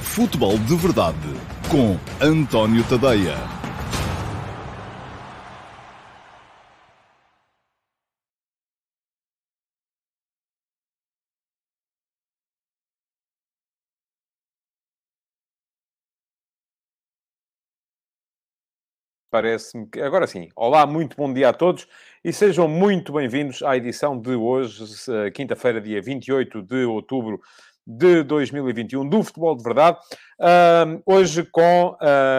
Futebol de Verdade com António Tadeia. Parece-me que... Agora sim. Olá, muito bom dia a todos e sejam muito bem-vindos à edição de hoje, quinta-feira, dia 28 de outubro de 2021, do Futebol de Verdade. Hoje com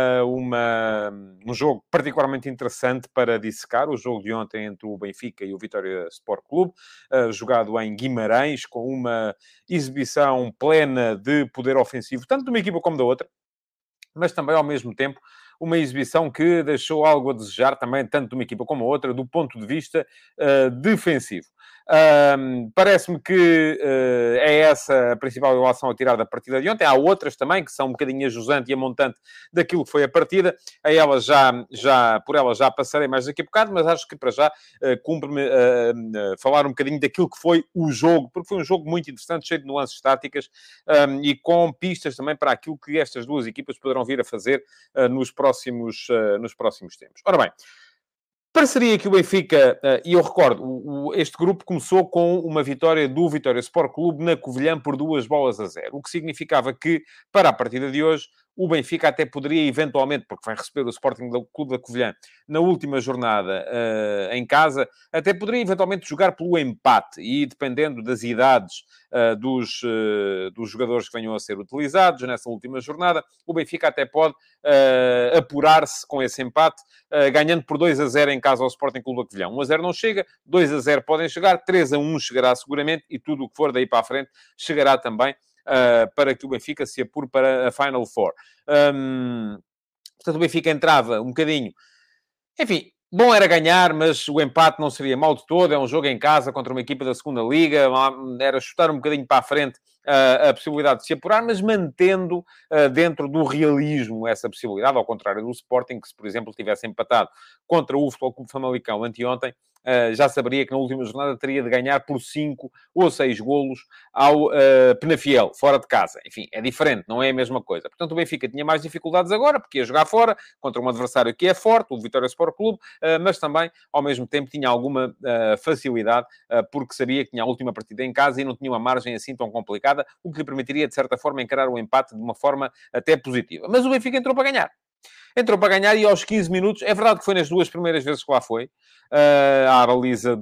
um jogo particularmente interessante para dissecar, o jogo de ontem entre o Benfica e o Vitória Sport Clube, jogado em Guimarães, com uma exibição plena de poder ofensivo, tanto de uma equipa como da outra, mas também, ao mesmo tempo, uma exibição que deixou algo a desejar também, tanto de uma equipa como a outra, do ponto de vista defensivo. Parece-me que é essa a principal relação a tirar da partida de ontem. Há outras também, que são um bocadinho a jusante e a montante daquilo que foi a partida. A elas por elas já passarei mais daqui a bocado, mas acho que para já cumpre-me falar um bocadinho daquilo que foi o jogo, porque foi um jogo muito interessante, cheio de nuances táticas e com pistas também para aquilo que estas duas equipas poderão vir a fazer nos próximos tempos. Ora bem, pareceria que o Benfica, e eu recordo, este grupo começou com uma vitória do Vitória Sport Clube na Covilhã por 2-0, o que significava que, para a partida de hoje, o Benfica até poderia eventualmente, porque vai receber o Sporting Clube da Covilhã na última jornada em casa, até poderia eventualmente jogar pelo empate e, dependendo das idades dos jogadores que venham a ser utilizados nessa última jornada, o Benfica até pode apurar-se com esse empate, ganhando por 2-0 em casa ao Sporting Clube da Covilhã. 1-0 não chega, 2-0 podem chegar, 3-1 chegará seguramente e tudo o que for daí para a frente chegará também para que o Benfica se apure para a Final Four. Portanto, o Benfica entrava um bocadinho... Enfim, bom era ganhar, mas o empate não seria mal de todo. É um jogo em casa contra uma equipa da segunda Liga. Era chutar um bocadinho para a frente a possibilidade de se apurar, mas mantendo dentro do realismo essa possibilidade, ao contrário do Sporting, que se, por exemplo, tivesse empatado contra o Futebol Clube Famalicão anteontem, já saberia que na última jornada teria de ganhar por 5 ou 6 golos ao Penafiel, fora de casa. Enfim, é diferente, não é a mesma coisa. Portanto, o Benfica tinha mais dificuldades agora, porque ia jogar fora, contra um adversário que é forte, o Vitória Sport Clube, mas também, ao mesmo tempo, tinha alguma facilidade, porque sabia que tinha a última partida em casa e não tinha uma margem assim tão complicada, o que lhe permitiria, de certa forma, encarar o empate de uma forma até positiva. Mas o Benfica entrou para ganhar. Entrou para ganhar e aos 15 minutos, é verdade que foi nas duas primeiras vezes que lá foi, à baliza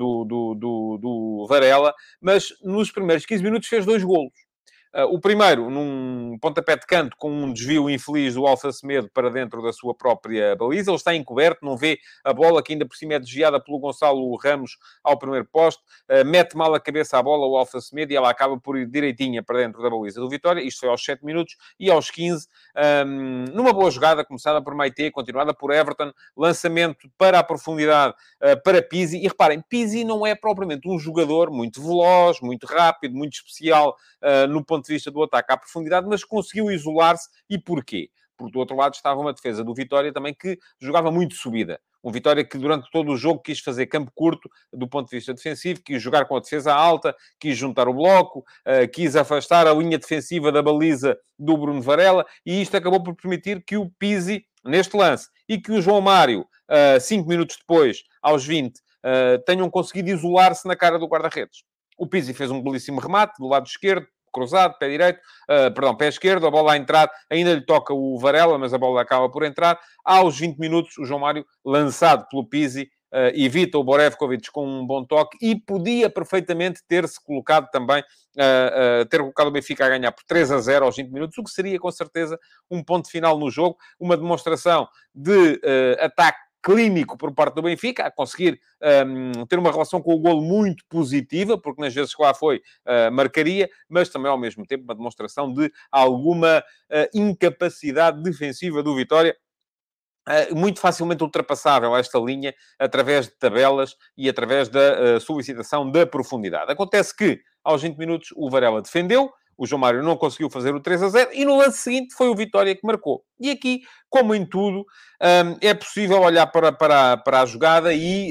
do Varela, mas nos primeiros 15 minutos fez 2 golos. O primeiro, num pontapé de canto, com um desvio infeliz do Alfa Semedo para dentro da sua própria baliza. Ele está encoberto, não vê a bola, que ainda por cima é desviada pelo Gonçalo Ramos ao primeiro poste. Mete mal a cabeça à bola o Alfa Semedo e ela acaba por ir direitinha para dentro da baliza do Vitória. Isto foi aos 7 minutos. E aos 15, numa boa jogada, começada por Maite, continuada por Everton, lançamento para a profundidade para Pizzi. E reparem, Pizzi não é propriamente um jogador muito veloz, muito rápido, muito especial no ponto de vista do ataque à profundidade, mas conseguiu isolar-se. E porquê? Porque do outro lado estava uma defesa do Vitória também que jogava muito subida. Um Vitória que durante todo o jogo quis fazer campo curto do ponto de vista defensivo, quis jogar com a defesa alta, quis juntar o bloco, quis afastar a linha defensiva da baliza do Bruno Varela, e isto acabou por permitir que o Pizzi, neste lance, e que o João Mário, 5 minutos depois, aos 20, tenham conseguido isolar-se na cara do guarda-redes. O Pizzi fez um belíssimo remate do lado esquerdo, cruzado, pé direito, pé esquerdo, a bola a entrar, ainda lhe toca o Varela, mas a bola acaba por entrar. Aos 20 minutos, o João Mário, lançado pelo Pizzi, evita o Borevkovic com um bom toque e podia perfeitamente ter-se colocado também, ter colocado o Benfica a ganhar por 3-0 aos 20 minutos, o que seria, com certeza, um ponto final no jogo, uma demonstração de ataque clínico por parte do Benfica, a conseguir ter uma relação com o golo muito positiva, porque nas vezes que lá foi, marcaria, mas também, ao mesmo tempo, uma demonstração de alguma incapacidade defensiva do Vitória, muito facilmente ultrapassável esta linha através de tabelas e através da solicitação da profundidade. Acontece que, aos 20 minutos, o Varela defendeu, o João Mário não conseguiu fazer o 3-0 e no lance seguinte foi o Vitória que marcou. E aqui, como em tudo, é possível olhar para a jogada e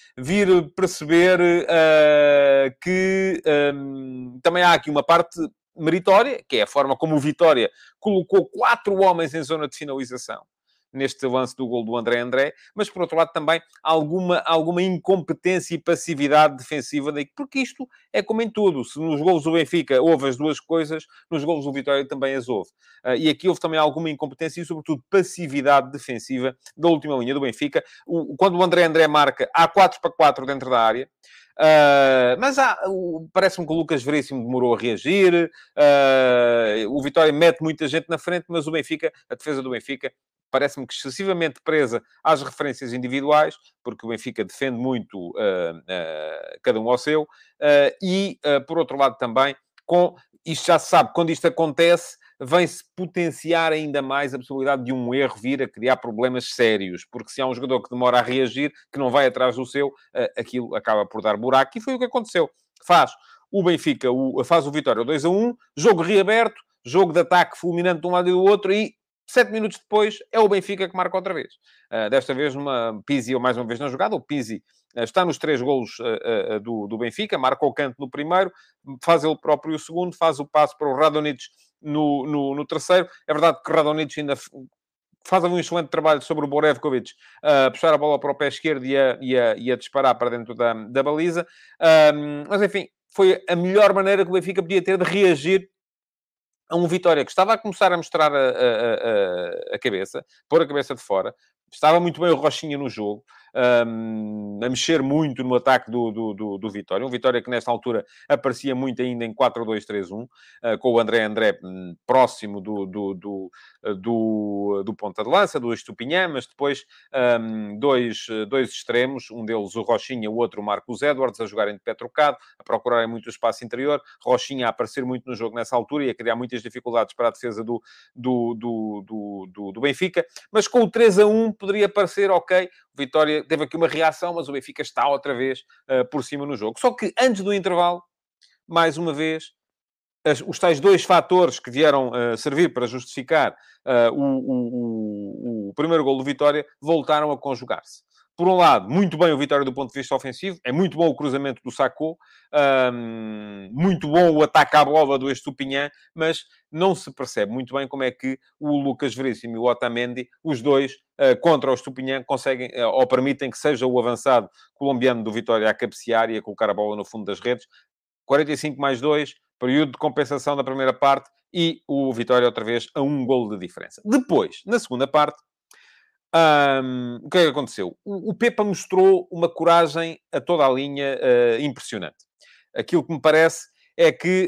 vir perceber que também há aqui uma parte meritória, que é a forma como o Vitória colocou 4 homens em zona de finalização, neste lance do gol do André André, mas, por outro lado, também alguma incompetência e passividade defensiva, porque isto é como em tudo. Se nos golos do Benfica houve as duas coisas, nos golos do Vitória também as houve. E aqui houve também alguma incompetência e, sobretudo, passividade defensiva da última linha do Benfica. Quando o André André marca, há 4-4 dentro da área. Mas parece-me que o Lucas Veríssimo demorou a reagir. O Vitória mete muita gente na frente, mas o Benfica, a defesa do Benfica, parece-me que excessivamente presa às referências individuais, porque o Benfica defende muito cada um ao seu, por outro lado também, isto já se sabe, quando isto acontece, vem-se potenciar ainda mais a possibilidade de um erro vir a criar problemas sérios, porque se há um jogador que demora a reagir, que não vai atrás do seu, aquilo acaba por dar buraco, e foi o que aconteceu. O Benfica faz o Vitória 2-1, jogo reaberto, jogo de ataque fulminante de um lado e do outro, e 7 minutos depois, é o Benfica que marca outra vez. Desta vez, Pizzi, ou mais uma vez na jogada. O Pizzi está nos 3 golos do Benfica, marca o canto no primeiro, faz ele próprio o segundo, faz o passo para o Radonjic no terceiro. É verdade que o Radonjic ainda faz um excelente trabalho sobre o Borevkovic, puxar a bola para o pé esquerdo e a disparar para dentro da baliza. Mas, enfim, foi a melhor maneira que o Benfica podia ter de reagir a um Vitória que estava a começar a mostrar a cabeça, pôr a cabeça de fora. Estava muito bem o Rochinha no jogo, a mexer muito no ataque do Vitória. Um Vitória que, nesta altura, aparecia muito ainda em 4-2-3-1, com o André André próximo do ponta de lança, do Estupinhã, mas depois dois extremos, um deles o Rochinha, o outro o Marcos Edwards, a jogarem de pé trocado, a procurarem muito o espaço interior. Rochinha a aparecer muito no jogo nessa altura e a criar muitas dificuldades para a defesa do Benfica, mas com o 3-1 poderia parecer ok. O Vitória teve aqui uma reação, mas o Benfica está outra vez por cima no jogo. Só que antes do intervalo, mais uma vez, os tais 2 fatores que vieram servir para justificar o primeiro gol do Vitória voltaram a conjugar-se. Por um lado, muito bem o Vitória do ponto de vista ofensivo, é muito bom o cruzamento do Sacco, muito bom o ataque à bola do Estupinhã, mas não se percebe muito bem como é que o Lucas Veríssimo e o Otamendi, os dois, contra o Estupinhã, conseguem, ou permitem que seja o avançado colombiano do Vitória a cabecear e a colocar a bola no fundo das redes. 45+2, período de compensação da primeira parte e o Vitória outra vez a 1 golo de diferença. Depois, na segunda parte, o que é que aconteceu? O Pepa mostrou uma coragem a toda a linha impressionante. Aquilo que me parece é que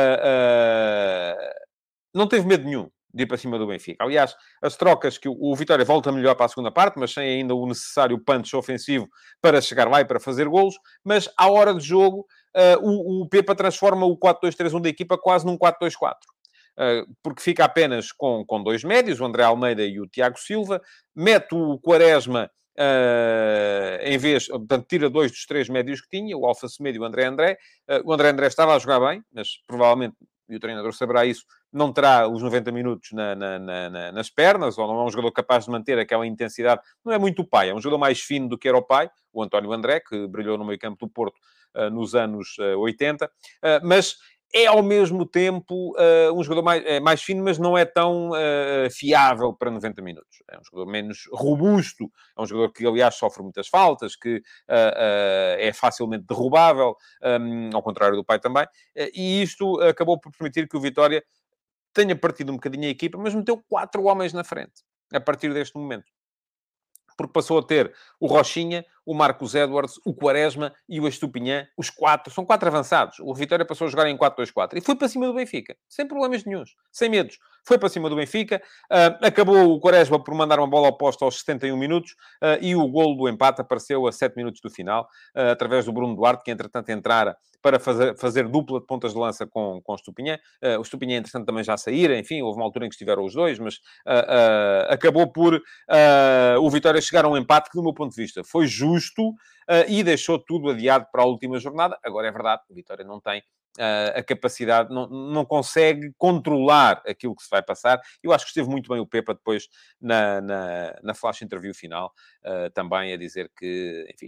não teve medo nenhum de ir para cima do Benfica. Aliás, as trocas que o Vitória volta melhor para a segunda parte, mas sem ainda o necessário punch ofensivo para chegar lá e para fazer golos. Mas, à hora de jogo, o Pepa transforma o 4-2-3-1 da equipa quase num 4-2-4. Porque fica apenas com 2 médios, o André Almeida e o Tiago Silva, mete o Quaresma em vez, portanto, tira 2 dos 3 médios que tinha, o Alfa Semedo e o André André. O André André estava a jogar bem, mas provavelmente, e o treinador saberá isso, não terá os 90 minutos nas pernas, ou não é um jogador capaz de manter aquela intensidade. Não é muito o pai, é um jogador mais fino do que era o pai, o António André, que brilhou no meio-campo do Porto nos anos 80, mas é ao mesmo tempo um jogador mais fino, mas não é tão fiável para 90 minutos. É um jogador menos robusto, é um jogador que, aliás, sofre muitas faltas, que é facilmente derrubável, ao contrário do pai também. E isto acabou por permitir que o Vitória tenha partido um bocadinho a equipa, mas meteu 4 homens na frente, a partir deste momento. Porque passou a ter o Rochinha, o Marcos Edwards, o Quaresma e o Estupinhã, os 4, são 4 avançados. O Vitória passou a jogar em 4-2-4 e foi para cima do Benfica, sem problemas nenhuns, sem medos. Foi para cima do Benfica, acabou o Quaresma por mandar uma bola oposta aos 71 minutos e o golo do empate apareceu a 7 minutos do final, através do Bruno Duarte, que entretanto entrara para fazer dupla de pontas de lança com o Estupinhã. O Estupinhã, entretanto, também já saíra. Enfim, houve uma altura em que estiveram os dois, mas acabou por o Vitória chegar a um empate que, do meu ponto de vista, foi justo e deixou tudo adiado para a última jornada. Agora, é verdade, o Vitória não tem a capacidade, não consegue controlar aquilo que se vai passar. Eu acho que esteve muito bem o Pepa depois na flash interview final, também a dizer que, enfim,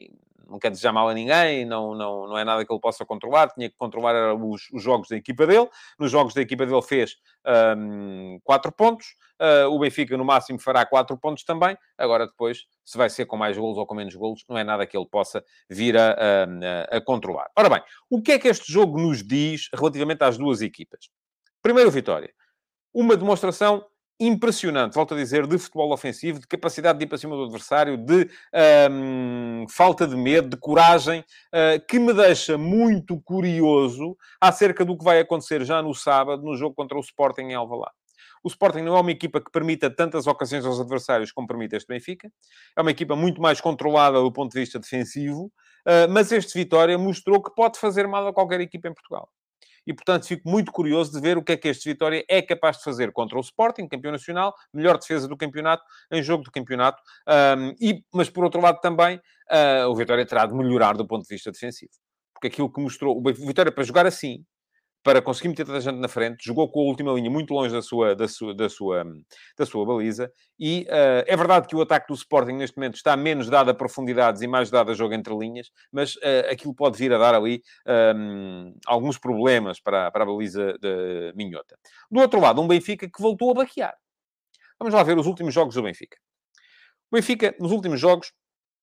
não quer desejar mal a ninguém, não é nada que ele possa controlar, tinha que controlar os jogos da equipa dele. Nos jogos da equipa dele fez 4 pontos. O Benfica, no máximo, fará 4 pontos também. Agora, depois, se vai ser com mais golos ou com menos golos, não é nada que ele possa vir a controlar. Ora bem, o que é que este jogo nos diz relativamente às duas equipas? Primeiro, Vitória. Uma demonstração impressionante, volto a dizer, de futebol ofensivo, de capacidade de ir para cima do adversário, de falta de medo, de coragem, que me deixa muito curioso acerca do que vai acontecer já no sábado, no jogo contra o Sporting em Alvalade. O Sporting não é uma equipa que permita tantas ocasiões aos adversários como permite este Benfica. É uma equipa muito mais controlada do ponto de vista defensivo, mas este Vitória mostrou que pode fazer mal a qualquer equipa em Portugal. E, portanto, fico muito curioso de ver o que é que este Vitória é capaz de fazer contra o Sporting, campeão nacional, melhor defesa do campeonato, em jogo do campeonato. Mas, por outro lado, também, o Vitória terá de melhorar do ponto de vista defensivo. Porque aquilo que mostrou... O Vitória, para jogar assim, para conseguir meter toda a gente na frente, jogou com a última linha muito longe da sua baliza, e é verdade que o ataque do Sporting neste momento está menos dado a profundidades e mais dado a jogo entre linhas, mas aquilo pode vir a dar ali alguns problemas para a baliza de Minhota. Do outro lado, um Benfica que voltou a baquear. Vamos lá ver os últimos jogos do Benfica. O Benfica, nos últimos jogos,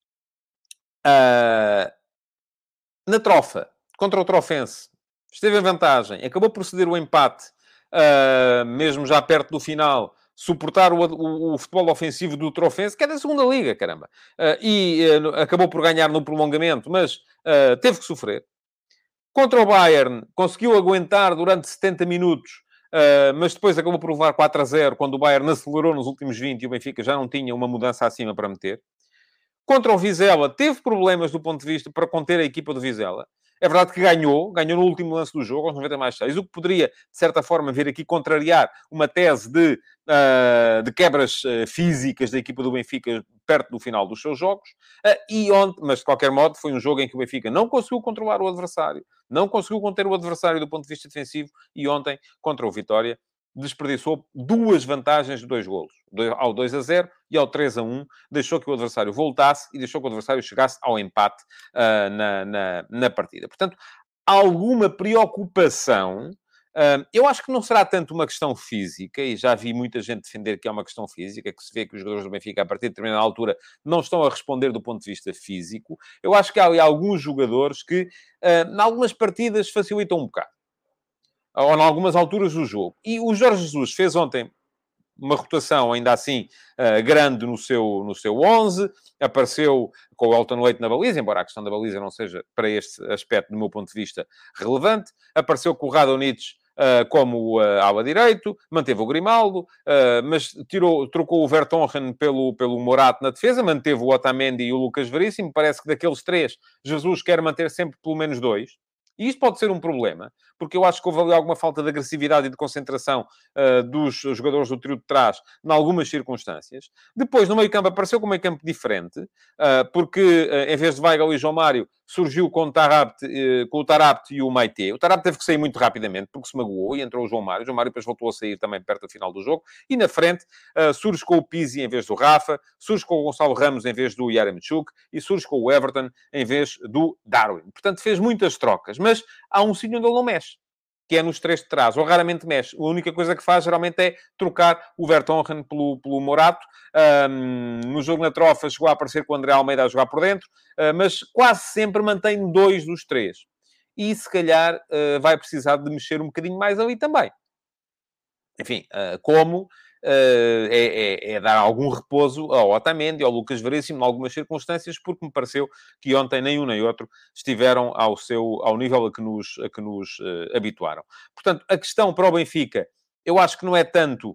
na trofa, contra o Trofense, esteve em vantagem, acabou por ceder o empate, mesmo já perto do final, suportar o futebol ofensivo do Trofense, que é da segunda liga, caramba. Acabou por ganhar no prolongamento, mas teve que sofrer. Contra o Bayern, conseguiu aguentar durante 70 minutos, mas depois acabou por levar 4-0, quando o Bayern acelerou nos últimos 20 e o Benfica já não tinha uma mudança acima para meter. Contra o Vizela, teve problemas do ponto de vista para conter a equipa do Vizela. É verdade que ganhou no último lance do jogo, aos 90+6, o que poderia, de certa forma, vir aqui contrariar uma tese de quebras físicas da equipa do Benfica perto do final dos seus jogos. Mas, de qualquer modo, foi um jogo em que o Benfica não conseguiu controlar o adversário, não conseguiu conter o adversário do ponto de vista defensivo, e ontem, contra o Vitória, desperdiçou duas vantagens de 2 golos. Ao 2-0 e ao 3-1. Deixou que o adversário voltasse e deixou que o adversário chegasse ao empate na partida. Portanto, alguma preocupação. Eu acho que não será tanto uma questão física, e já vi muita gente defender que é uma questão física, que se vê que os jogadores do Benfica, a partir de determinada altura, não estão a responder do ponto de vista físico. Eu acho que há ali alguns jogadores que, em algumas partidas, facilitam um bocado. Ou em algumas alturas do jogo. E o Jorge Jesus fez ontem uma rotação, ainda assim, grande no seu 11. Apareceu com o Elton Leite na baliza, embora a questão da baliza não seja, para este aspecto, do meu ponto de vista, relevante. Apareceu com o Radonjic como ala direito, manteve o Grimaldo, mas trocou o Vertonghen pelo Morato na defesa, manteve o Otamendi e o Lucas Veríssimo. Parece que daqueles 3, Jesus quer manter sempre pelo menos 2. E isto pode ser um problema, porque eu acho que houve ali alguma falta de agressividade e de concentração dos jogadores do trio de trás, em algumas circunstâncias. Depois, no meio-campo, apareceu com um meio-campo diferente, porque em vez de Weigl e João Mário, surgiu com o Tarapte e o Meite. O Tarapte teve que sair muito rapidamente, porque se magoou, e entrou o João Mário. O João Mário depois voltou a sair também perto do final do jogo. E na frente, surge com o Pizzi em vez do Rafa, surge com o Gonçalo Ramos em vez do Yaremchuk, e surge com o Everton em vez do Darwin. Portanto, fez muitas trocas. Mas há um sítio onde ele não mexe, que é nos 3 de trás, ou raramente mexe. A única coisa que faz, geralmente, é trocar o Vertonghen pelo Morato. No jogo na trofa, chegou a aparecer com o André Almeida a jogar por dentro, mas quase sempre mantém 2 dos 3. E, se calhar, vai precisar de mexer um bocadinho mais ali também. Enfim, é dar algum repouso ao Otamendi, ao Lucas Veríssimo, em algumas circunstâncias, porque me pareceu que ontem nem um nem outro estiveram ao nível a que nos habituaram. Portanto, a questão para o Benfica, eu acho que não é tanto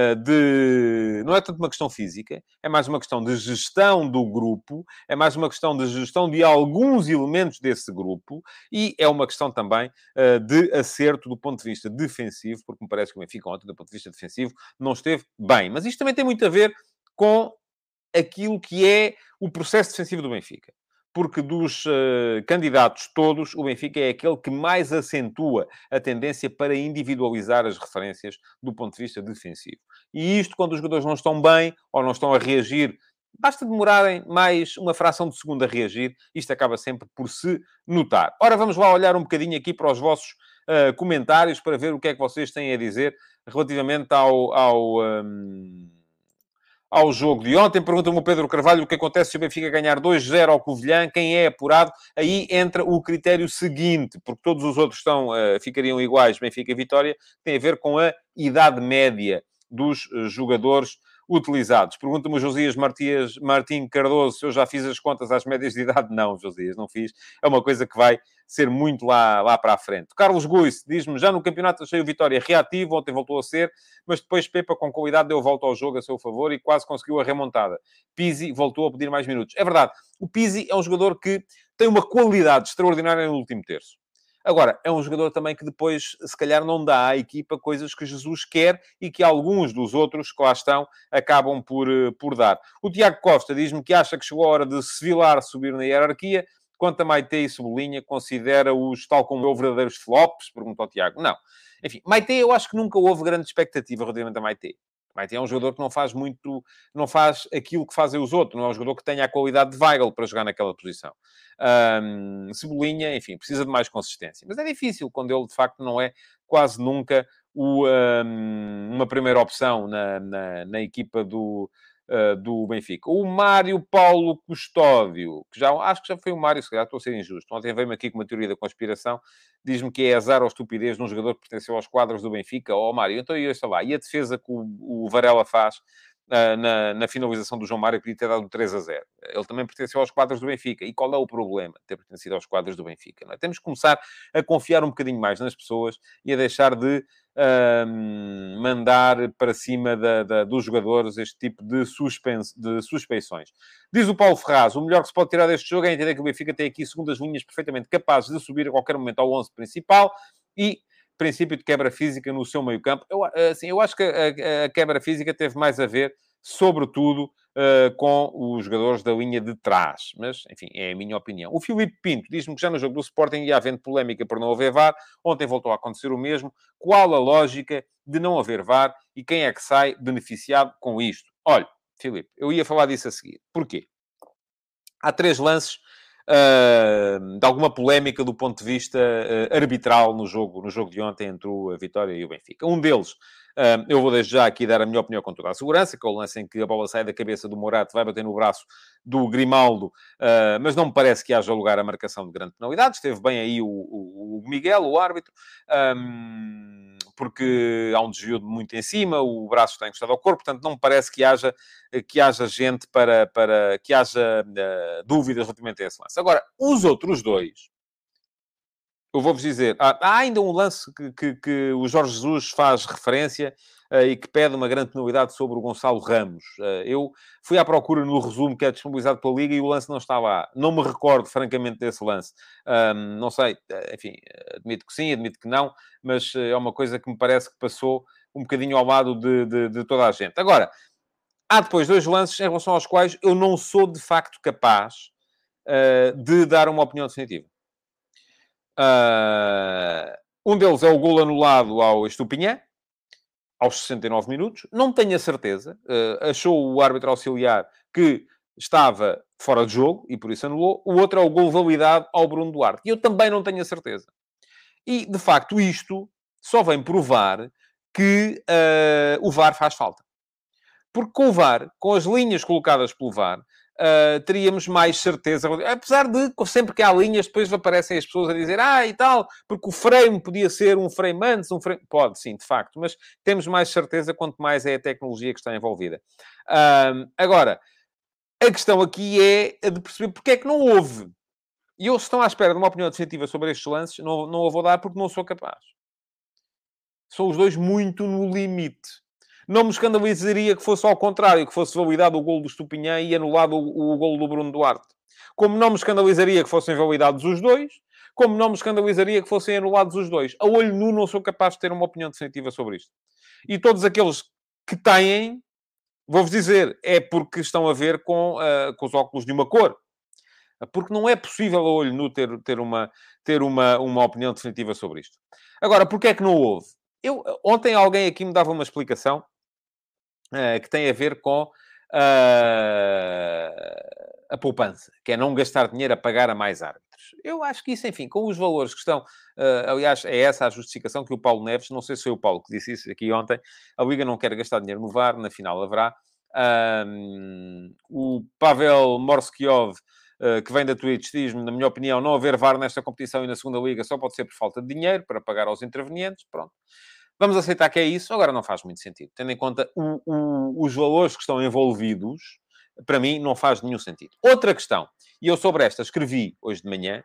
uma questão física, é mais uma questão de gestão do grupo, é mais uma questão de gestão de alguns elementos desse grupo, e é uma questão também de acerto do ponto de vista defensivo, porque me parece que o Benfica ontem, do ponto de vista defensivo, não esteve bem. Mas isto também tem muito a ver com aquilo que é o processo defensivo do Benfica. Porque dos candidatos todos, o Benfica é aquele que mais acentua a tendência para individualizar as referências do ponto de vista defensivo. E isto, quando os jogadores não estão bem, ou não estão a reagir basta demorarem mais uma fração de segundo a reagir, isto acaba sempre por se notar. Ora, vamos lá olhar um bocadinho aqui para os vossos comentários para ver o que é que vocês têm a dizer relativamente ao jogo de ontem. Pergunta-me o Pedro Carvalho o que acontece se o Benfica ganhar 2-0 ao Covilhã, quem é apurado? Aí entra o critério seguinte, porque todos os outros ficariam iguais, Benfica e Vitória, tem a ver com a idade média dos jogadores utilizados. Pergunta-me o Josias Martim Cardoso se eu já fiz as contas às médias de idade. Não, Josias, não fiz. É uma coisa que vai ser muito lá para a frente. Carlos Guice diz-me, já no campeonato achei o Vitória reativo, ontem voltou a ser, mas depois Pepa, com qualidade, deu a volta ao jogo a seu favor e quase conseguiu a remontada. Pizzi voltou a pedir mais minutos. É verdade, o Pizzi é um jogador que tem uma qualidade extraordinária no último terço. Agora, é um jogador também que depois, se calhar, não dá à equipa coisas que Jesus quer e que alguns dos outros que lá estão acabam por dar. O Tiago Costa diz-me que acha que chegou a hora de Sevilar subir na hierarquia. Quanto a Maite e Cebolinha, considera-os tal como eu verdadeiros flops? Pergunta ao Tiago. Não. Enfim, Maite, eu acho que nunca houve grande expectativa relativamente a Maite. Maite é um jogador que não faz aquilo que fazem os outros. Não é um jogador que tenha a qualidade de Weigl para jogar naquela posição. Cebolinha, enfim, precisa de mais consistência. Mas é difícil quando ele, de facto, não é quase nunca uma primeira opção na equipa do Benfica. O Mário Paulo Custódio, que acho que já foi o Mário, se calhar estou a ser injusto. Ontem veio-me aqui com uma teoria da conspiração, diz-me que é azar ou estupidez num jogador que pertenceu aos quadros do Benfica. Mário, então eu sei lá. E a defesa que o Varela faz na finalização do João Mário podia ter dado 3-0. Ele também pertenceu aos quadros do Benfica. E qual é o problema de ter pertencido aos quadros do Benfica? Não é? Temos que começar a confiar um bocadinho mais nas pessoas e a deixar de mandar para cima dos jogadores este tipo de suspeições. Diz o Paulo Ferraz, o melhor que se pode tirar deste jogo é entender que o Benfica tem aqui segundas linhas perfeitamente capazes de subir a qualquer momento ao 11 principal e princípio de quebra física no seu meio-campo. Eu acho que a quebra física teve mais a ver, sobretudo, com os jogadores da linha de trás. Mas, enfim, é a minha opinião. O Filipe Pinto diz-me que já no jogo do Sporting ia havendo polémica por não haver VAR. Ontem voltou a acontecer o mesmo. Qual a lógica de não haver VAR e quem é que sai beneficiado com isto? Olha, Filipe, eu ia falar disso a seguir. Porquê? Há 3 lances de alguma polémica do ponto de vista arbitral no jogo de ontem entre a Vitória e o Benfica. Um deles, eu vou desde já aqui dar a minha opinião com toda a segurança, que é o lance em que a bola sai da cabeça do Morato, vai bater no braço do Grimaldo, mas não me parece que haja lugar à marcação de grande penalidade. Esteve bem aí o Miguel, o árbitro, porque há um desvio muito em cima, o braço está encostado ao corpo, portanto não me parece que haja gente para que haja dúvidas relativamente a esse lance. Agora, os outros dois, eu vou-vos dizer, há ainda um lance que o Jorge Jesus faz referência e que pede uma grande penalidade sobre o Gonçalo Ramos. Eu fui à procura no resumo que é disponibilizado pela Liga e o lance não está lá. Não me recordo, francamente, desse lance. Não sei, enfim, admito que sim, admito que não, mas é uma coisa que me parece que passou um bocadinho ao lado de toda a gente. Agora, há depois 2 lances em relação aos quais eu não sou, de facto, capaz de dar uma opinião definitiva. Um deles é o golo anulado ao Estupinhã, aos 69 minutos. Não tenho a certeza. Achou o árbitro auxiliar que estava fora de jogo e por isso anulou. O outro é o golo validado ao Bruno Duarte. E eu também não tenho a certeza. E, de facto, isto só vem provar que o VAR faz falta. Porque com o VAR, com as linhas colocadas pelo VAR, teríamos mais certeza. Apesar de, sempre que há linhas, depois aparecem as pessoas a dizer e tal, porque o frame podia ser um frame antes, um frame... Pode, sim, de facto, mas temos mais certeza quanto mais é a tecnologia que está envolvida. Agora, a questão aqui é a de perceber porque é que não houve. E eu, se estão à espera de uma opinião definitiva sobre estes lances, não a vou dar porque não sou capaz. São os dois muito no limite. Não me escandalizaria que fosse ao contrário, que fosse validado o golo do Estupinhã e anulado o golo do Bruno Duarte. Como não me escandalizaria que fossem validados os dois, como não me escandalizaria que fossem anulados os dois. A olho nu não sou capaz de ter uma opinião definitiva sobre isto. E todos aqueles que têm, vou-vos dizer, é porque estão a ver com os óculos de uma cor. Porque não é possível a olho nu ter uma opinião definitiva sobre isto. Agora, porquê é que não houve? Ontem alguém aqui me dava uma explicação que tem a ver com a poupança, que é não gastar dinheiro a pagar a mais árbitros. Eu acho que isso, enfim, com os valores que estão... aliás, é essa a justificação que o Paulo Neves, não sei se foi o Paulo que disse isso aqui ontem, a Liga não quer gastar dinheiro no VAR, na final haverá. O Pavel Morskiov, que vem da Twitch, diz-me, na minha opinião, não haver VAR nesta competição e na segunda Liga só pode ser por falta de dinheiro para pagar aos intervenientes. Pronto. Vamos aceitar que é isso. Agora não faz muito sentido. Tendo em conta os valores que estão envolvidos, para mim não faz nenhum sentido. Outra questão, e eu sobre esta escrevi hoje de manhã,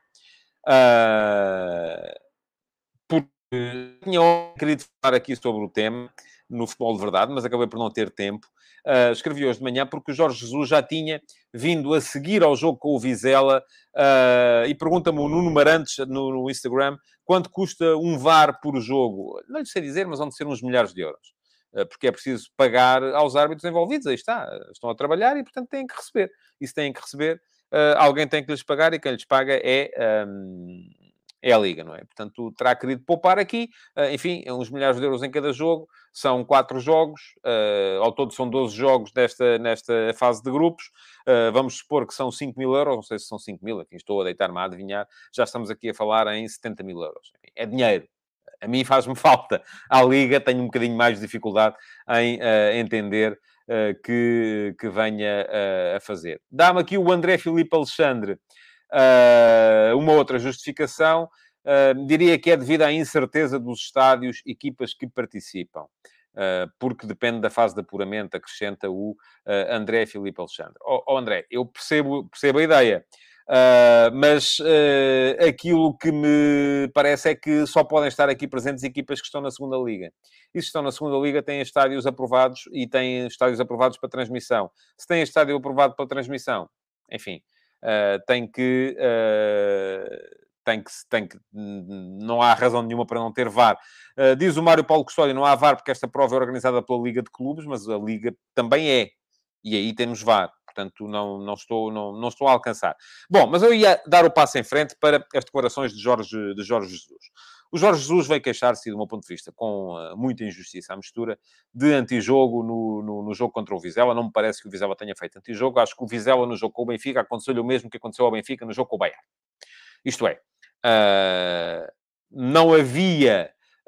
porque tinha querido falar aqui sobre o tema no Futebol de Verdade, mas acabei por não ter tempo. Escrevi hoje de manhã porque o Jorge Jesus já tinha vindo a seguir ao jogo com o Vizela e pergunta-me o Nuno Marantes no Instagram quanto custa um VAR por jogo. Não lhe sei dizer, mas vão de ser uns milhares de euros. Porque é preciso pagar aos árbitros envolvidos. Aí está. Estão a trabalhar e, portanto, têm que receber. E se têm que receber, alguém tem que lhes pagar e quem lhes paga é a Liga, não é? Portanto, terá querido poupar aqui, enfim, uns milhares de euros em cada jogo, são 4 jogos, ao todo são 12 jogos nesta fase de grupos, vamos supor que são 5 mil euros, não sei se são 5 mil, enfim, estou a deitar-me a adivinhar, já estamos aqui a falar em 70 mil euros. Enfim, é dinheiro. A mim faz-me falta. À Liga tenho um bocadinho mais de dificuldade em entender que venha a fazer. Dá-me aqui o André Filipe Alexandre uma outra justificação, diria que é devido à incerteza dos estádios, equipas que participam. Porque depende da fase de apuramento, acrescenta o André Filipe Alexandre. André, eu percebo a ideia. Mas aquilo que me parece é que só podem estar aqui presentes equipas que estão na segunda Liga. E se estão na segunda Liga, têm estádios aprovados e têm estádios aprovados para transmissão. Se têm estádio aprovado para transmissão, enfim, tem que... não há razão nenhuma para não ter VAR. Diz o Mário Paulo Custódio, não há VAR porque esta prova é organizada pela Liga de Clubes, mas a Liga também é. E aí temos VAR. Portanto, não estou a alcançar. Bom, mas eu ia dar o passo em frente para as declarações de Jorge Jesus. O Jorge Jesus veio queixar-se, do meu ponto de vista, com muita injustiça à mistura, de antijogo no jogo contra o Vizela. Não me parece que o Vizela tenha feito antijogo. Acho que o Vizela, no jogo com o Benfica, aconteceu-lhe o mesmo que aconteceu ao Benfica no jogo com o Bayern. Isto é, não havia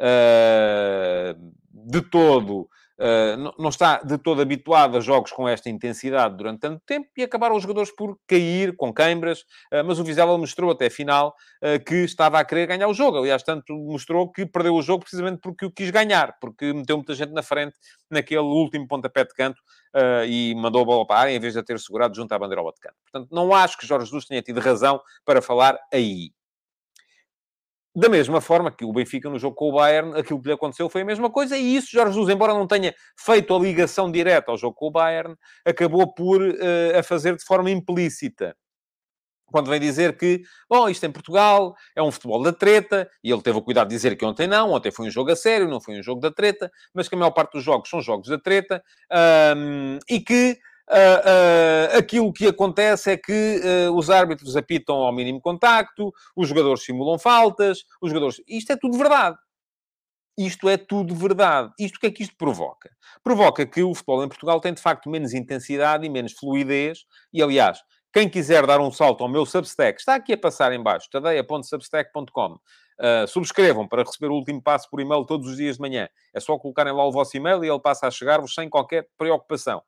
de todo... não está de todo habituado a jogos com esta intensidade durante tanto tempo e acabaram os jogadores por cair com queimbras, mas o Vizela mostrou até a final que estava a querer ganhar o jogo. Aliás, tanto mostrou que perdeu o jogo precisamente porque o quis ganhar, porque meteu muita gente na frente naquele último pontapé de canto e mandou a bola para a área em vez de a ter segurado junto à bandeirola de canto. Portanto, não acho que Jorge Jesus tenha tido razão para falar aí. Da mesma forma que o Benfica, no jogo com o Bayern, aquilo que lhe aconteceu foi a mesma coisa, e isso, Jorge Jesus, embora não tenha feito a ligação direta ao jogo com o Bayern, acabou por a fazer de forma implícita. Quando vem dizer que, bom, isto em Portugal é um futebol da treta, e ele teve o cuidado de dizer que ontem não, ontem foi um jogo a sério, não foi um jogo da treta, mas que a maior parte dos jogos são jogos da treta, e que aquilo que acontece é que os árbitros apitam ao mínimo contacto, os jogadores simulam faltas, os jogadores... Isto é tudo verdade. Isto é tudo verdade. Isto o que é que isto provoca? Provoca que o futebol em Portugal tem, de facto, menos intensidade e menos fluidez. E, aliás, quem quiser dar um salto ao meu Substack, está aqui a passar em baixo, tadeia.substack.com. Subscrevam para receber o último passo por e-mail todos os dias de manhã. É só colocarem lá o vosso e-mail e ele passa a chegar-vos sem qualquer preocupação.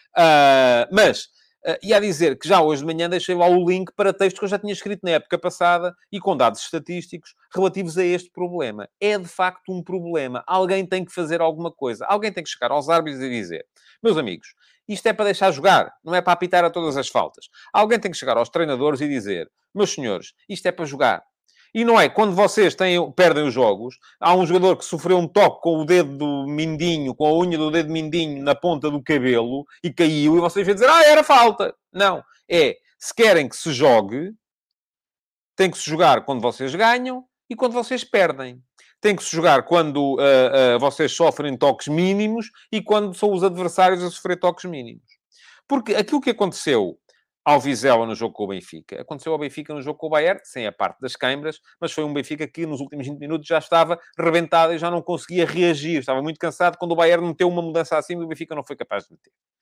Ia dizer que já hoje de manhã deixei lá o link para texto que eu já tinha escrito na época passada e com dados estatísticos relativos a este problema. É de facto um problema. Alguém tem que fazer alguma coisa. Alguém tem que chegar aos árbitros e dizer: meus amigos, isto é para deixar jogar, não é para apitar a todas as faltas. Alguém tem que chegar aos treinadores e dizer: meus senhores, isto é para jogar. E não é, quando vocês perdem os jogos, há um jogador que sofreu um toque com o dedo do mindinho, com a unha do dedo mindinho na ponta do cabelo e caiu, e vocês vão dizer, era falta. Não. Se querem que se jogue, tem que se jogar quando vocês ganham e quando vocês perdem. Tem que se jogar quando vocês sofrem toques mínimos e quando são os adversários a sofrer toques mínimos. Porque aquilo que aconteceu ao Vizela no jogo com o Benfica. Aconteceu ao Benfica no jogo com o Bayern, sem a parte das queimbras, mas foi um Benfica que nos últimos 20 minutos já estava rebentado e já não conseguia reagir. Estava muito cansado quando o Bayern meteu uma mudança acima e o Benfica não foi capaz de meter.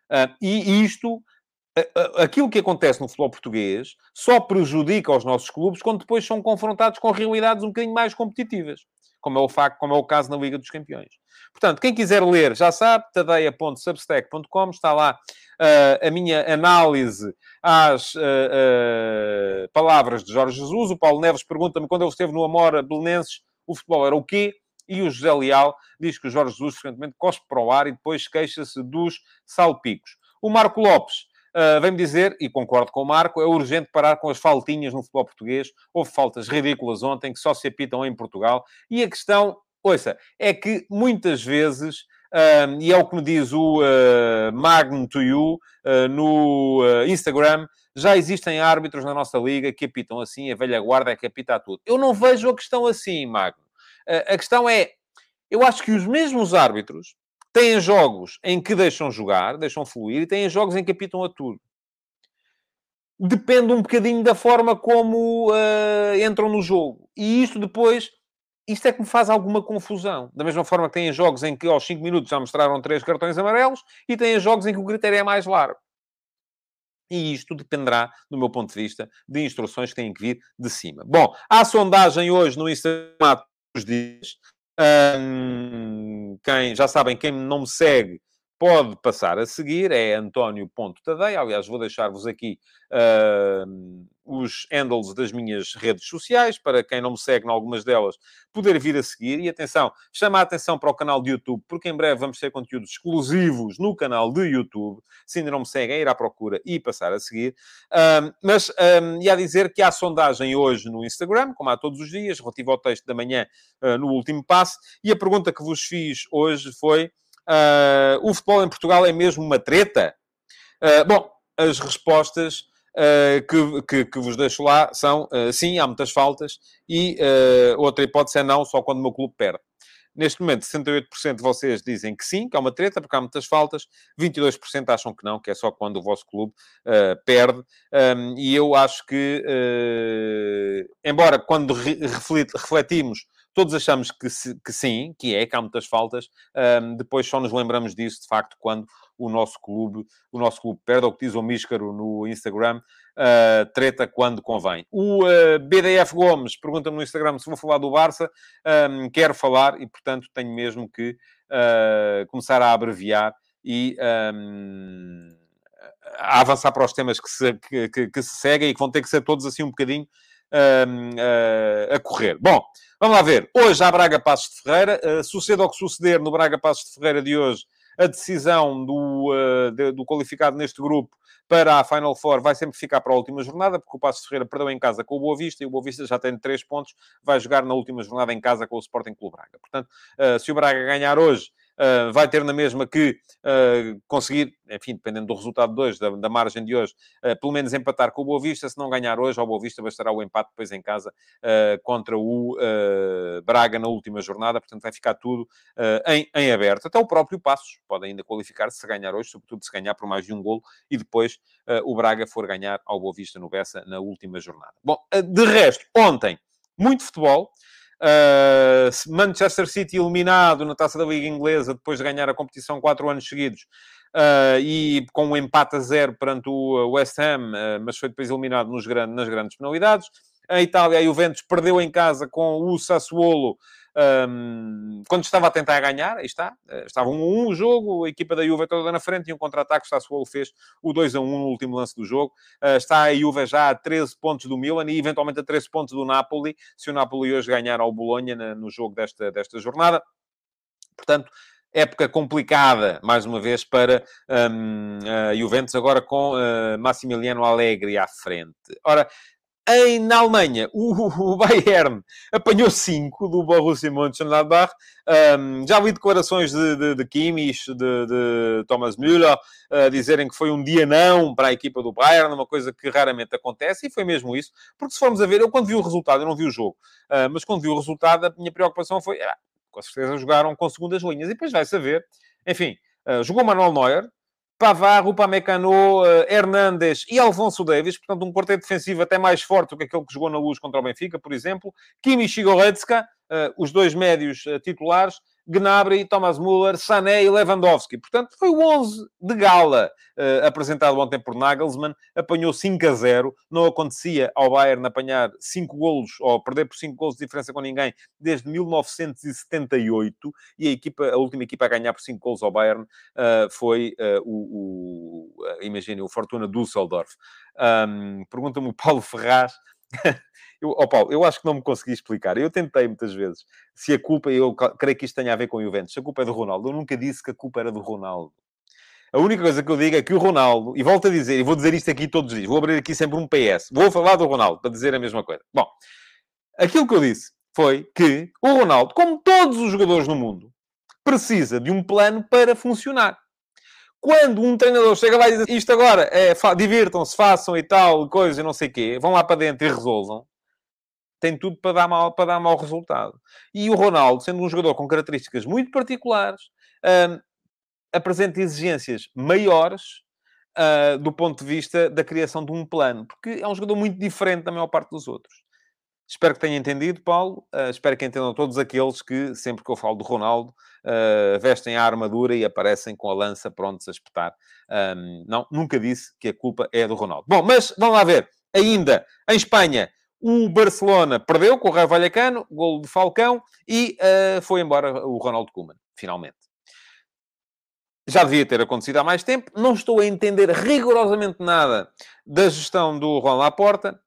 E isto, aquilo que acontece no futebol português, só prejudica os nossos clubes quando depois são confrontados com realidades um bocadinho mais competitivas, como é o caso na Liga dos Campeões. Portanto, quem quiser ler, já sabe, tadeia.substack.com, está lá a minha análise às palavras de Jorge Jesus. O Paulo Neves pergunta-me, quando ele esteve no Amora Belenenses, o futebol era o quê? E o José Leal diz que o Jorge Jesus frequentemente cospe para o ar e depois queixa-se dos salpicos. O Marco Lopes vem-me dizer, e concordo com o Marco, é urgente parar com as faltinhas no futebol português. Houve faltas ridículas ontem que só se apitam em Portugal. E a questão, ouça, é que muitas vezes, e é o que me diz o Magnum to You no Instagram, já existem árbitros na nossa liga que apitam assim, a velha guarda é que apita tudo. Eu não vejo a questão assim, Magnum. A questão é, eu acho que os mesmos árbitros têm jogos em que deixam jogar, deixam fluir, e têm jogos em que apitam a tudo. Depende um bocadinho da forma como entram no jogo. E isto depois, isto é que me faz alguma confusão. Da mesma forma que têm jogos em que aos 5 minutos já mostraram 3 cartões amarelos, e têm jogos em que o critério é mais largo. E isto dependerá, do meu ponto de vista, de instruções que têm que vir de cima. Bom, há sondagem hoje no Instagram há todos os dias. Quem, já sabem, quem não me segue pode passar a seguir, é António.tadeia. Aliás, vou deixar-vos aqui os handles das minhas redes sociais, para quem não me segue em algumas delas, poder vir a seguir. E atenção, chama a atenção para o canal de YouTube, porque em breve vamos ter conteúdos exclusivos no canal de YouTube. Se ainda não me seguem, é ir à procura e passar a seguir. E a dizer que há sondagem hoje no Instagram, como há todos os dias, relativo ao texto da manhã, no último passe. E a pergunta que vos fiz hoje foi: o futebol em Portugal é mesmo uma treta? Bom, as respostas que vos deixo lá são sim, há muitas faltas, e outra hipótese é não, só quando o meu clube perde. Neste momento, 68% de vocês dizem que sim, que é uma treta, porque há muitas faltas. 22% acham que não, que é só quando o vosso clube perde. E eu acho que, embora quando refletimos, todos achamos que sim, que há muitas faltas, depois só nos lembramos disso, de facto, quando o nosso clube perde, ou que diz o Míscaro no Instagram, treta quando convém. O BDF Gomes pergunta-me no Instagram se vou falar do Barça. Quero falar e, portanto, tenho mesmo que começar a abreviar e a avançar para os temas que se seguem e que vão ter que ser todos assim um bocadinho a correr. Bom, vamos lá ver. Hoje há Braga Passos de Ferreira. Suceda o que suceder no Braga Passos de Ferreira de hoje, a decisão do qualificado neste grupo para a Final Four vai sempre ficar para a última jornada, porque o Passos de Ferreira perdeu em casa com o Boa Vista, e o Boa Vista já tem 3 pontos, vai jogar na última jornada em casa com o Sporting Clube Braga. Portanto, se o Braga ganhar hoje, vai ter na mesma que conseguir, enfim, dependendo do resultado de hoje, da margem de hoje, pelo menos empatar com o Boa Vista. Se não ganhar hoje, ao Boa Vista bastará o empate depois em casa contra o Braga na última jornada. Portanto, vai ficar tudo em aberto. Até o próprio Passos pode ainda qualificar se ganhar hoje, sobretudo se ganhar por mais de um golo, e depois o Braga for ganhar ao Boa Vista no Bessa na última jornada. Bom, de resto, ontem, muito futebol. Manchester City eliminado na Taça da Liga Inglesa depois de ganhar a competição 4 anos seguidos, e com um empate a 0 perante o West Ham, mas foi depois eliminado nas grandes penalidades. A Itália, a Juventus perdeu em casa com o Sassuolo, quando estava a tentar ganhar. Aí está, estava 1-1 o jogo, a equipa da Juve toda na frente, e um contra-ataque, o Sassuolo fez o 2-1 no último lance do jogo. Está a Juve já a 13 pontos do Milan e eventualmente a 13 pontos do Napoli, se o Napoli hoje ganhar ao Bologna no jogo desta jornada. Portanto, época complicada, mais uma vez, para a Juventus, agora com Massimiliano Allegri à frente. Ora, na Alemanha, o Bayern apanhou 5 do Borussia Mönchengladbach. Já vi declarações de Kimmich, de Thomas Müller, dizerem que foi um dia não para a equipa do Bayern, uma coisa que raramente acontece, e foi mesmo isso. Porque se formos a ver, eu quando vi o resultado, eu não vi o jogo, mas quando vi o resultado, a minha preocupação foi, com certeza jogaram com segundas linhas, e depois vai saber. Enfim, jogou Manuel Neuer, Pavard, Upamecano, Hernández e Alfonso Davies, portanto um quarteto defensivo até mais forte do que aquele que jogou na Luz contra o Benfica, por exemplo. Kimmich e Goretzka, os dois médios titulares. Gnabry, Thomas Müller, Sané e Lewandowski. Portanto, foi o 11 de gala apresentado ontem por Nagelsmann. Apanhou 5-0. Não acontecia ao Bayern apanhar 5 golos, ou perder por 5 golos de diferença com ninguém, desde 1978. E a última equipa a ganhar por 5 golos ao Bayern foi imaginem, o Fortuna Düsseldorf. Pergunta-me o Paulo Ferraz. Paulo, eu acho que não me consegui explicar. Eu tentei muitas vezes. Se a culpa, eu creio que isto tenha a ver com o Juventus, se a culpa é do Ronaldo. Eu nunca disse que a culpa era do Ronaldo. A única coisa que eu digo é que o Ronaldo, e volto a dizer, e vou dizer isto aqui todos os dias, vou abrir aqui sempre um PS, vou falar do Ronaldo para dizer a mesma coisa. Bom, aquilo que eu disse foi que o Ronaldo, como todos os jogadores no mundo, precisa de um plano para funcionar. Quando um treinador chega lá e diz isto agora, divirtam-se, façam e tal, coisa e não sei o quê, vão lá para dentro e resolvam, tem tudo para dar mau resultado. E o Ronaldo, sendo um jogador com características muito particulares, apresenta exigências maiores do ponto de vista da criação de um plano, porque é um jogador muito diferente da maior parte dos outros. Espero que tenha entendido, Paulo. Espero que entendam todos aqueles que, sempre que eu falo do Ronaldo, vestem a armadura e aparecem com a lança prontos a espetar. Não, nunca disse que a culpa é do Ronaldo. Bom, mas vamos lá ver. Ainda, em Espanha, o Barcelona perdeu com o Raio Vallecano, golo de Falcão, e foi embora o Ronald Koeman, finalmente. Já devia ter acontecido há mais tempo. Não estou a entender rigorosamente nada da gestão do Juan Laporta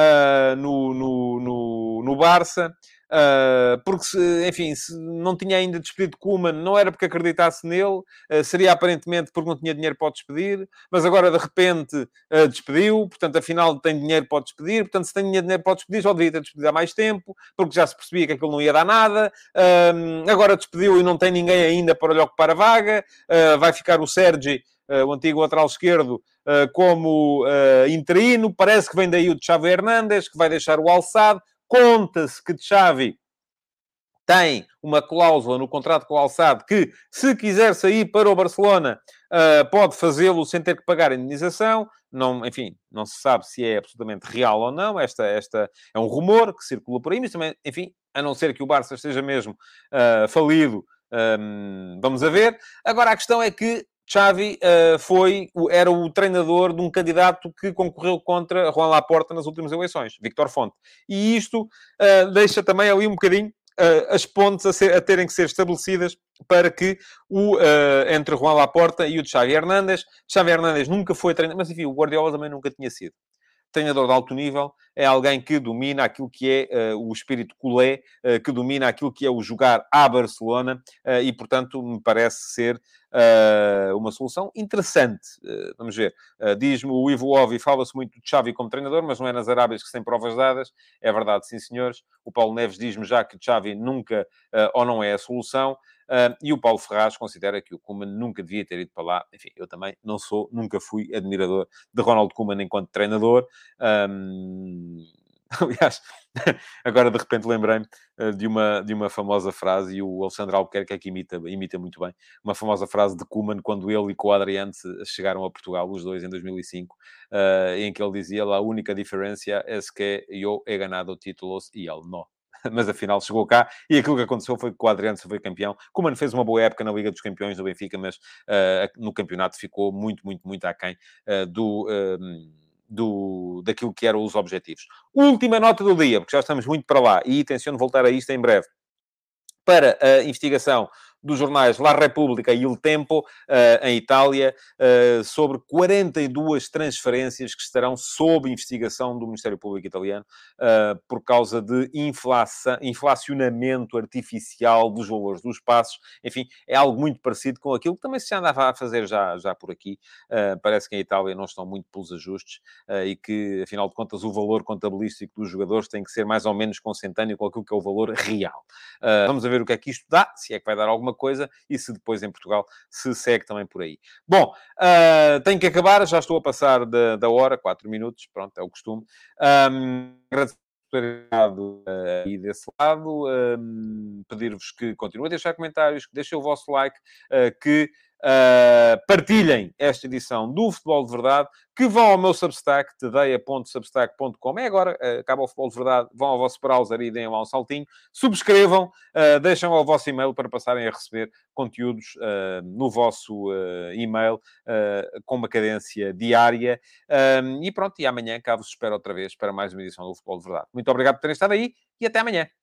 no Barça. Porque, enfim, se não tinha ainda despedido Koeman, não era porque acreditasse nele, seria aparentemente porque não tinha dinheiro para o despedir, mas agora, de repente, despediu, portanto, afinal, tem dinheiro para o despedir, portanto, se tem dinheiro para o despedir, já devia ter despedido há mais tempo, porque já se percebia que aquilo não ia dar nada, agora despediu e não tem ninguém ainda para lhe ocupar a vaga, vai ficar o Sergi, o antigo lateral esquerdo, como interino, parece que vem daí o Xavi Hernández, que vai deixar o Alçado. Conta-se que Xavi tem uma cláusula no contrato com o Alçado que, se quiser sair para o Barcelona, pode fazê-lo sem ter que pagar a indenização. Não, enfim, não se sabe se é absolutamente real ou não. Esta é um rumor que circula por aí, mas também, enfim, a não ser que o Barça esteja mesmo falido, vamos a ver. Agora, a questão é que Xavi era o treinador de um candidato que concorreu contra Juan Laporta nas últimas eleições, Víctor Fonte. E isto deixa também ali um bocadinho as pontes a terem que ser estabelecidas para que entre Juan Laporta e o Xavi Hernández. Xavi Hernández nunca foi treinador, mas enfim, o Guardiola também nunca tinha sido treinador de alto nível, é alguém que domina aquilo que é o espírito culé, que domina aquilo que é o jogar à Barcelona, e, portanto, me parece ser uma solução interessante. Vamos ver. Diz-me o Ivo Ovi, fala-se muito de Xavi como treinador, mas não é nas Arábias que se tem provas dadas. É verdade, sim, senhores. O Paulo Neves diz-me já que Xavi nunca ou não é a solução. E o Paulo Ferraz considera que o Koeman nunca devia ter ido para lá. Enfim, eu também nunca fui admirador de Ronald Koeman enquanto treinador. Aliás, agora de repente lembrei-me de uma famosa frase, e o Alexandre Albuquerque é que imita muito bem, uma famosa frase de Koeman, quando ele e o Adriano chegaram a Portugal, os dois, em 2005, em que ele dizia: "A única diferença é que eu he ganado títulos e ele não." Mas afinal chegou cá, e aquilo que aconteceu foi que o Adriano foi campeão. Koeman fez uma boa época na Liga dos Campeões do Benfica, mas no campeonato ficou muito, muito, muito aquém daquilo que eram os objetivos. Última nota do dia, porque já estamos muito para lá, e tenciono voltar a isto em breve, para a investigação dos jornais La Repubblica e Il Tempo, em Itália, sobre 42 transferências que estarão sob investigação do Ministério Público italiano, por causa de inflacionamento artificial dos valores dos passos. Enfim, é algo muito parecido com aquilo que também se andava a fazer já por aqui. Parece que em Itália não estão muito pelos ajustes, e que, afinal de contas, o valor contabilístico dos jogadores tem que ser mais ou menos consentâneo com aquilo que é o valor real. Vamos ver o que é que isto dá, se é que vai dar alguma coisa, e se depois em Portugal se segue também por aí. Bom, tenho que acabar, já estou a passar da hora, 4 minutos, pronto, é o costume. Agradecer aí desse lado, pedir-vos que continuem a deixar comentários, que deixem o vosso like, que partilhem esta edição do Futebol de Verdade, que vão ao meu Substack, tedeia.substack.com. É agora, acaba o Futebol de Verdade, vão ao vosso browser e deem lá um saltinho, subscrevam, deixem o vosso e-mail para passarem a receber conteúdos no vosso e-mail com uma cadência diária. E pronto, e amanhã cá vos espero outra vez para mais uma edição do Futebol de Verdade. Muito obrigado por terem estado aí e até amanhã.